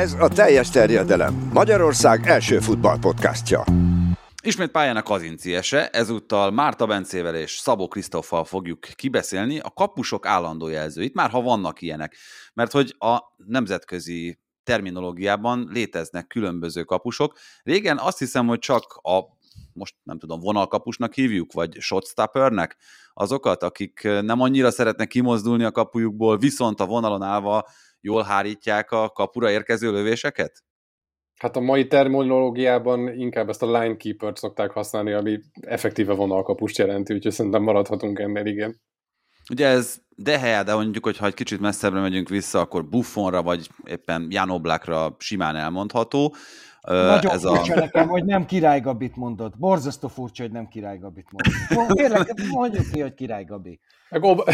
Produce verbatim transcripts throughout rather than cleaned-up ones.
Ez a Teljes terjedelem, Magyarország első futballpodcastja. Ismét pályán a Kazinciese, ezúttal Márta Bencével és Szabó Krisztóffal fogjuk kibeszélni a kapusok állandó jelzőit, már ha vannak ilyenek, mert hogy a nemzetközi terminológiában léteznek különböző kapusok. Régen azt hiszem, hogy csak a, most nem tudom, vonalkapusnak hívjuk, vagy shotstoppernek, azokat, akik nem annyira szeretnek kimozdulni a kapujukból, viszont a vonalon állva jól hárítják a kapura érkező lövéseket? Hát a mai terminológiában inkább ezt a linekeepert szokták használni, ami effektíve vonalkapust jelenti, úgyhogy szerintem maradhatunk ennél, igen. Ugye ez De Gea, de mondjuk, hogy ha egy kicsit messzebbre megyünk vissza, akkor Buffonra, vagy éppen Jan Oblakra simán elmondható. Nagyon ez furcsa a... nekem, hogy nem Király Gabit mondott. Borzasztó furcsa, hogy nem Király Gabit mondott. Kérlek, mondjuk ki, hogy Király Gabi. Meg ob...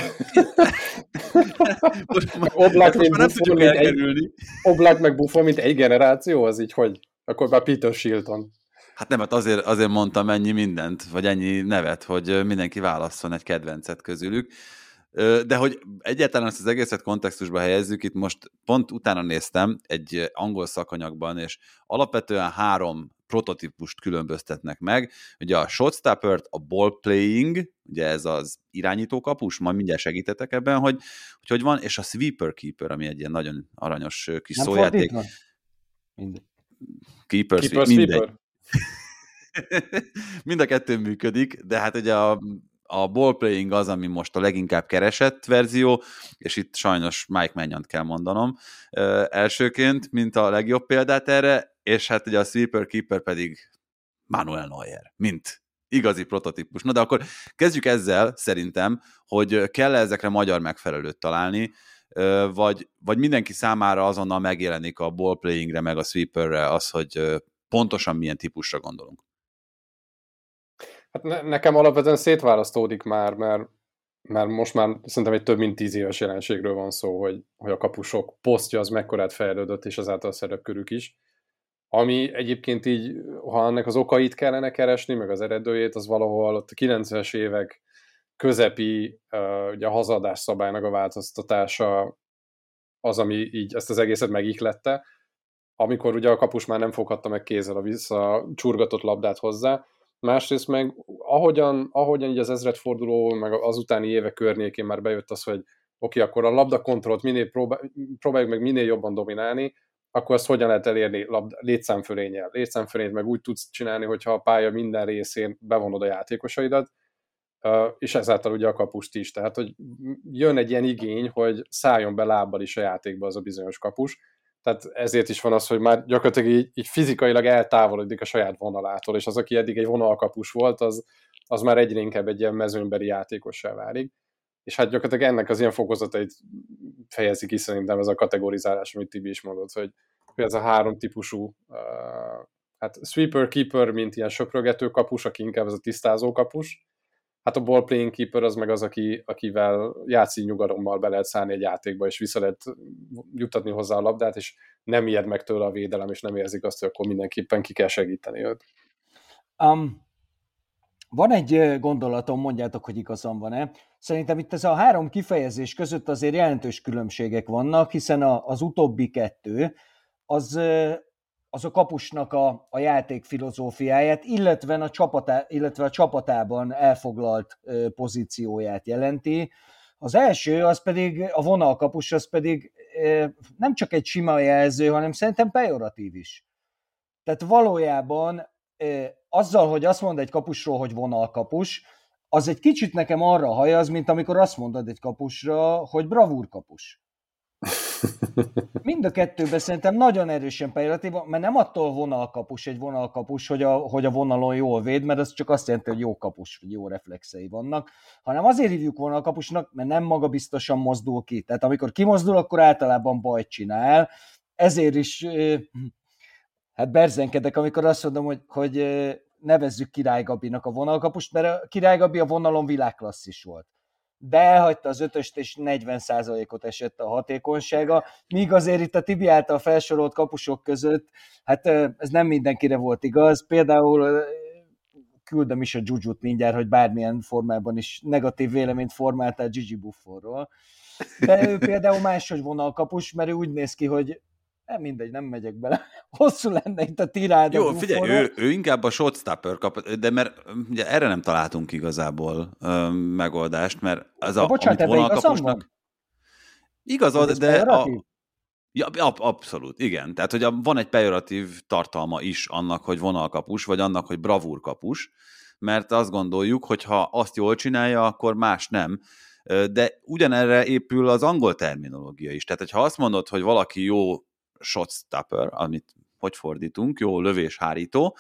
most, most, Oblak, most már nem tudjuk elkerülni. Egy... Oblak meg Buffon, mint egy generáció, az így hogy? Akkor már Peter Shilton. Hát nem, hát azért, azért mondtam ennyi mindent, vagy ennyi nevet, hogy mindenki válasszon egy kedvencet közülük. De hogy egyáltalán ezt az egészet kontextusba helyezzük, itt most pont utána néztem egy angol szakanyagban, és alapvetően három prototípust különböztetnek meg. Ugye a shotstoppert, a ball playing, ugye ez az irányító kapus, majd mindjárt segítetek ebben, hogy hogy, hogy van, és a sweeper keeper, ami egy ilyen nagyon aranyos kis nem szójáték. Mindegy. Keeper, Keeper mindegy. Mind a kettő működik, de hát ugye a A ball playing az, ami most a leginkább keresett verzió, és itt sajnos Mike Maignan-t kell mondanom ö, elsőként, mint a legjobb példát erre, és hát ugye a sweeper keeper pedig Manuel Neuer, mint igazi prototípus. Na de akkor kezdjük ezzel szerintem, hogy kell-e ezekre magyar megfelelőt találni, ö, vagy, vagy mindenki számára azonnal megjelenik a ball playingre, meg a sweeperre az, hogy ö, pontosan milyen típusra gondolunk. Hát ne, nekem alapvetően szétválasztódik már, mert, mert most már szerintem egy több mint tíz éves jelenségről van szó, hogy, hogy a kapusok posztja az mekkorát fejlődött, és azáltal a szerepkörük is. Ami egyébként így, ha ennek az okait kellene keresni, meg az eredőjét, az valahol ott a kilencvenes évek közepi uh, ugye a hazadás szabálynak a változtatása az, ami így ezt az egészet megihlette, amikor ugye a kapus már nem foghatta meg kézzel a visszacsurgatott labdát hozzá. Másrészt meg ahogyan, ahogyan így az ezredforduló, meg az utáni évek környékén már bejött az, hogy oké, okay, akkor a labdakontrollt minél próbál, próbáljuk meg minél jobban dominálni, akkor ezt hogyan lehet elérni labda, létszámfölénnyel. Létszámfölényt meg úgy tudsz csinálni, hogyha a pálya minden részén bevonod a játékosaidat, és ezáltal ugye a kapust is. Tehát, hogy jön egy ilyen igény, hogy szálljon be lábbal is a játékba az a bizonyos kapus. Tehát ezért is van az, hogy már gyakorlatilag így, így fizikailag eltávolodik a saját vonalától, és az, aki eddig egy vonalkapus volt, az, az már egyre inkább egy ilyen mezőnybeli játékossá válik. És hát gyakorlatilag ennek az ilyen fokozatait fejezi ki szerintem ez a kategorizálás, amit Tibi is mondott, hogy ez a három típusú, uh, hát sweeper, keeper, mint ilyen söprögető kapus, aki inkább ez a tisztázó kapus. Hát a ball playing keeper az meg az, aki, akivel játszik nyugalommal be lehet szállni egy játékba, és vissza lehet juttatni hozzá a labdát, és nem ijed meg tőle a védelem, és nem érzik azt, hogy akkor mindenképpen ki kell segíteni őt. Um, van egy gondolatom, mondjátok, hogy igazam van-e. Szerintem itt ez a három kifejezés között azért jelentős különbségek vannak, hiszen a, az utóbbi kettő, az... az a kapusnak a, a játék filozófiáját, illetve a, csapatá, illetve a csapatában elfoglalt ö, pozícióját jelenti. Az első, az pedig a vonalkapus, az pedig ö, nem csak egy sima jelző, hanem szerintem pejoratív is. Tehát valójában ö, azzal, hogy azt mond egy kapusról, hogy vonalkapus, az egy kicsit nekem arra hajaz, mint amikor azt mondod egy kapusra, hogy bravúrkapus. Mind a kettőben szerintem nagyon erősen pejoratív, mert nem attól vonalkapus egy vonalkapus, hogy a, hogy a vonalon jól véd, mert az csak azt jelenti, hogy jó kapus, vagy jó reflexei vannak, hanem azért hívjuk vonalkapusnak, mert nem magabiztosan mozdul ki. Tehát amikor kimozdul, akkor általában bajt csinál. Ezért is hát berzenkedek, amikor azt mondom, hogy, hogy nevezzük Király Gabinak a vonalkapust, mert a Király Gabi a vonalon világklasszis volt. De elhagyta az ötöst, és negyven százalékot esett a hatékonysága, míg azért itt a Tibi által felsorolt kapusok között, hát ez nem mindenkire volt igaz. Például küldöm is a Jujut mindjárt, hogy bármilyen formában is negatív véleményt formáltál Gigi Buffonról. De ő például máshogy vonalkapus, mert ő úgy néz ki, hogy Nem mindegy, nem megyek bele. Hosszú lenne itt a tirád. Jó, figyelj, ő, ő inkább a shotstopper kap, de mert ugye erre nem találtunk igazából ö, megoldást, mert az a, bocsánat, amit vonalkapusnak... Igazad, de... A, ja, ab, abszolút, igen. Tehát, hogy a, van egy pejoratív tartalma is annak, hogy vonalkapus, vagy annak, hogy bravúrkapus, mert azt gondoljuk, hogy ha azt jól csinálja, akkor más nem. De ugyanerre épül az angol terminológia is. Tehát, ha azt mondod, hogy valaki jó shotstopper, amit hogy fordítunk, jó lövéshárító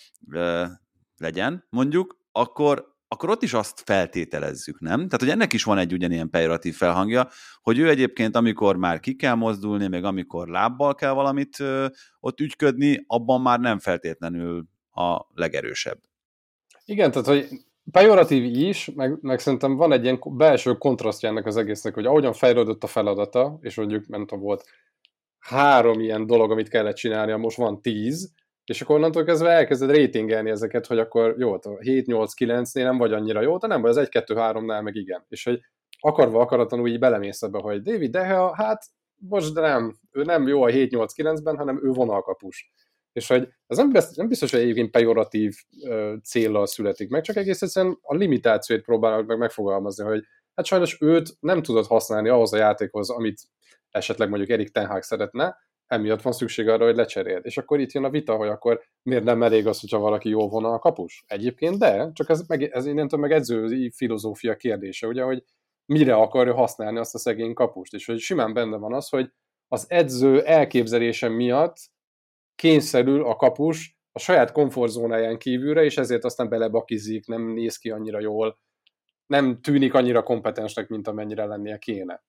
legyen, mondjuk, akkor, akkor ott is azt feltételezzük, nem? Tehát, hogy ennek is van egy ugyanilyen pejoratív felhangja, hogy ő egyébként, amikor már ki kell mozdulni, meg amikor lábbal kell valamit ott ügyködni, abban már nem feltétlenül a legerősebb. Igen, tehát, hogy pejoratív is, meg, meg szerintem van egy ilyen belső kontrasztja ennek az egésznek, hogy ahogyan fejlődött a feladata, és mondjuk, nem tudom, volt három ilyen dolog, amit kellett csinálnia, most van tíz, és akkor onnantól kezdve elkezded ratingelni ezeket, hogy akkor jó, a hét nyolc kilencnél nem vagy annyira jó, de nem vagy az egy kettő háromnál meg igen. És hogy akarva akaratlanul így belemész ebbe, hogy David De Gea, hát most de nem, ő nem jó a hét nyolc kilencben, hanem ő vonalkapus. És hogy ez nem biztos, nem biztos, hogy egyébként pejoratív uh, céllal születik meg, csak egész egyszerűen a limitációt próbálnak meg megfogalmazni, hogy hát sajnos őt nem tudod használni ahhoz a játékhoz, amit esetleg mondjuk Erik ten Hag szeretne, emiatt van szükség arra, hogy lecseréld. És akkor itt jön a vita, hogy akkor miért nem elég az, hogyha valaki jó vonal kapus? Egyébként de, csak ez, meg, ez innentől meg edzői filozófia kérdése, ugye, hogy mire akarja használni azt a szegény kapust. És hogy simán benne van az, hogy az edző elképzelése miatt kényszerül a kapus a saját komfortzónáján kívülre, és ezért aztán belebakizik, nem néz ki annyira jól, nem tűnik annyira kompetensnek, mint amennyire lennie kéne.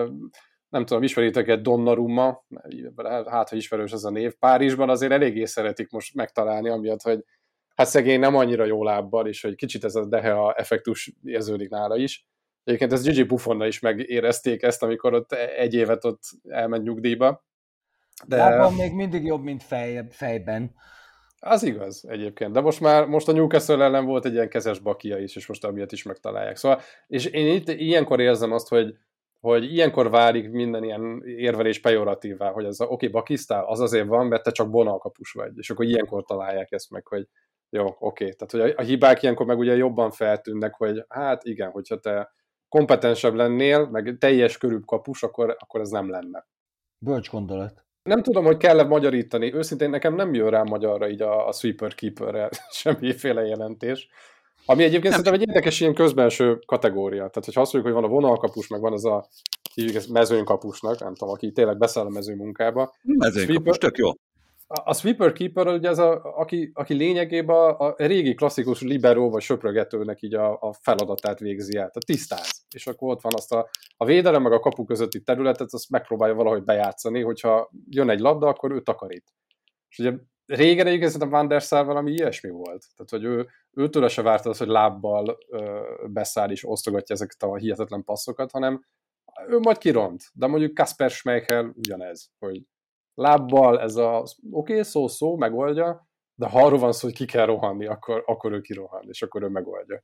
Nem tudom, ismeritek-e Donnarumma, hát ha ismerős ez a név, Párizsban azért eléggé szeretik most megtalálni, amiatt, hogy hát szegény nem annyira jó lábbal, és hogy kicsit ez a De Gea effektus érződik nála is. Egyébként ez Gigi Buffonnal is megérezték ezt, amikor ott egy évet ott elment nyugdíjba. De lábban még mindig jobb, mint fej, fejben. Az igaz egyébként, de most már most a Newcastle ellen volt egy ilyen kezes bakia is, és most amiatt is megtalálják. Szóval, és én itt ilyenkor érzem azt, hogy hogy ilyenkor válik minden ilyen érvelés pejoratívvá, hogy ez a oké, okay, bakisztál, az azért van, mert te csak bonalkapus vagy, és akkor ilyenkor találják ezt meg, hogy jó, oké, okay. Tehát hogy a, a hibák ilyenkor meg ugye jobban feltűnnek, hogy hát igen, hogyha te kompetensebb lennél, meg teljes körűbb kapus, akkor, akkor ez nem lenne. Bölcs gondolat. Nem tudom, hogy kell-e magyarítani, őszintén nekem nem jön rá magyarra így a, a sweeper keeperre semmiféle jelentés. Ami egyébként szerintem egy érdekes ilyen közbenső kategória. Tehát, hogyha azt mondjuk, hogy van a vonalkapus, meg van az a hívjuk ezt mezőnykapusnak, nem tudom, aki tényleg beszáll a mezőmunkába. Mezőnykapus, tök jó. A, a sweeper keeper, ugye az a, aki, aki lényegében a régi klasszikus liberó vagy söprögetőnek így a, a feladatát végzi át, a tisztáz. És akkor ott van azt a, a védelem meg a kapu közötti területet, azt megpróbálja valahogy bejátszani, hogyha jön egy labda, akkor ő takarít. És ugye régen egyébként a Van der Sar valami ilyesmi volt. Tehát, hogy ő, őtől se várta az, hogy lábbal ö, beszáll és osztogatja ezeket a hihetetlen passzokat, hanem ő majd kiront. De mondjuk Kasper Schmeichel ugyanez, hogy lábbal ez a oké, okay, szó-szó, megoldja, de ha arról van szó, hogy ki kell rohanni, akkor, akkor ő kirohan, és akkor ő megoldja.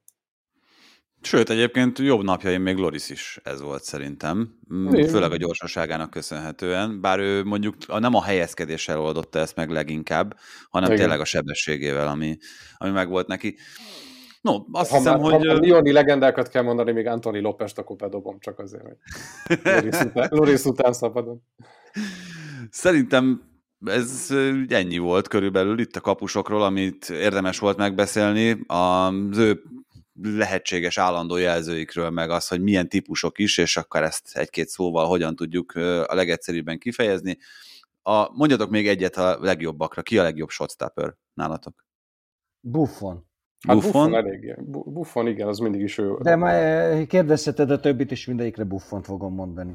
Sőt, egyébként jobb napjaim még Loris is ez volt szerintem, Én. főleg a gyorsaságának köszönhetően, bár ő mondjuk nem a helyezkedéssel oldotta ezt meg leginkább, hanem Igen. tényleg a sebességével, ami, ami meg volt neki. No, azt ha hiszem, már, hogy... Ha a lioni legendákat kell mondani, még Anthony Lopest, akkor bedobom csak azért, hogy Loris után, Loris után szabadon. Szerintem ez ennyi volt körülbelül itt a kapusokról, amit érdemes volt megbeszélni. Az ő lehetséges állandó jelzőikről, meg az, hogy milyen típusok is, és akkor ezt egy-két szóval hogyan tudjuk a legegyszerűbben kifejezni. A, mondjatok még egyet a legjobbakra. Ki a legjobb shotstopper nálatok? Buffon. Hát Buffon? Buffon elég. Buffon, igen, az mindig is ő. De már kérdezheted a többit, és mindegyikre Buffont fogom mondani.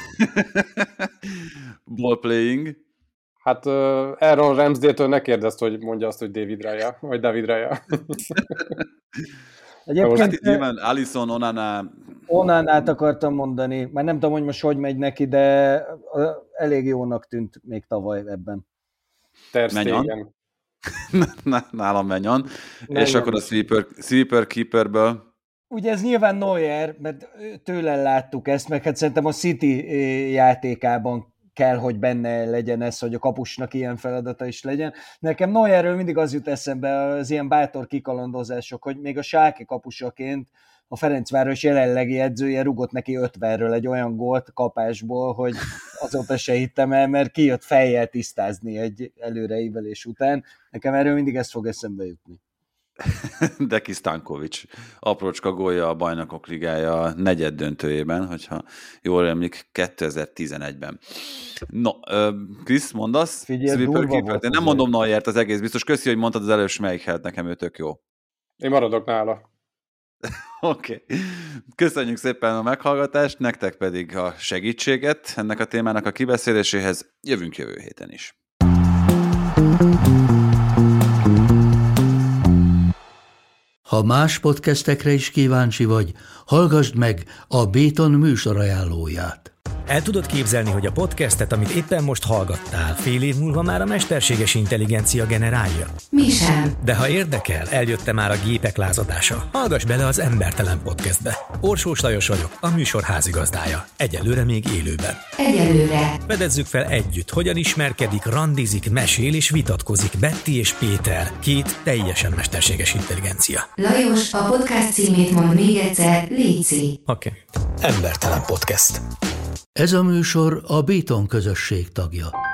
Ball playing. Hát uh, Aaron Ramsdale-től ne kérdezd, hogy mondja azt, hogy David Raya, vagy David Raya. Egyébként nyilván Alisson, Onana... Onanát akartam mondani, már nem tudom, hogy most hogy megy neki, de elég jónak tűnt még tavaly ebben. Ter Stegen. Nálam menjon. És akkor a sweeper, sweeper keeperből. Ugye ez nyilván Neuer, mert tőle láttuk ezt, meg hát szerintem a City játékában kell, hogy benne legyen ez, hogy a kapusnak ilyen feladata is legyen. Nekem Neuerről mindig az jut eszembe, az ilyen bátor kikalandozások, hogy még a Schalke kapusaként a Ferencváros jelenlegi edzője rugott neki ötvenről egy olyan gólt kapásból, hogy azóta se hittem el, mert kijött fejjel tisztázni egy előreívelés után. Nekem erről mindig ez fog eszembe jutni. Deki Stankovic aprócska gólja a Bajnokok Ligája negyed döntőjében, hogyha jól emlik, kétezer-tizenegyben. No, Krisz, mondasz? Figyelj, durva volt. Én nem mondom Neuert, az egész biztos. Köszi, hogy mondtad az elős melyik hát, nekem ő tök jó. Én maradok nála. Oké. Okay. Köszönjük szépen a meghallgatást, nektek pedig a segítséget ennek a témának a kibeszéléséhez. Jövünk jövő héten is. Ha más podcastekre is kíváncsi vagy, hallgassd meg a Béton műsor ajánlóját. El tudod képzelni, hogy a podcastet, amit éppen most hallgattál, fél év múlva már a mesterséges intelligencia generálja? Mi sem. De ha érdekel, eljött már a gépek lázadása. Hallgass bele az Embertelen Podcastbe. Orsós Lajos vagyok, a műsor házigazdája. Egyelőre még élőben. Egyelőre. Fedezzük fel együtt, hogyan ismerkedik, randizik, mesél és vitatkozik Betty és Péter, két teljesen mesterséges intelligencia. Lajos, a podcast címét mond még egyszer, léci. Oké. Okay. Embertelen Podcast. Ez a műsor a Béton közösség tagja.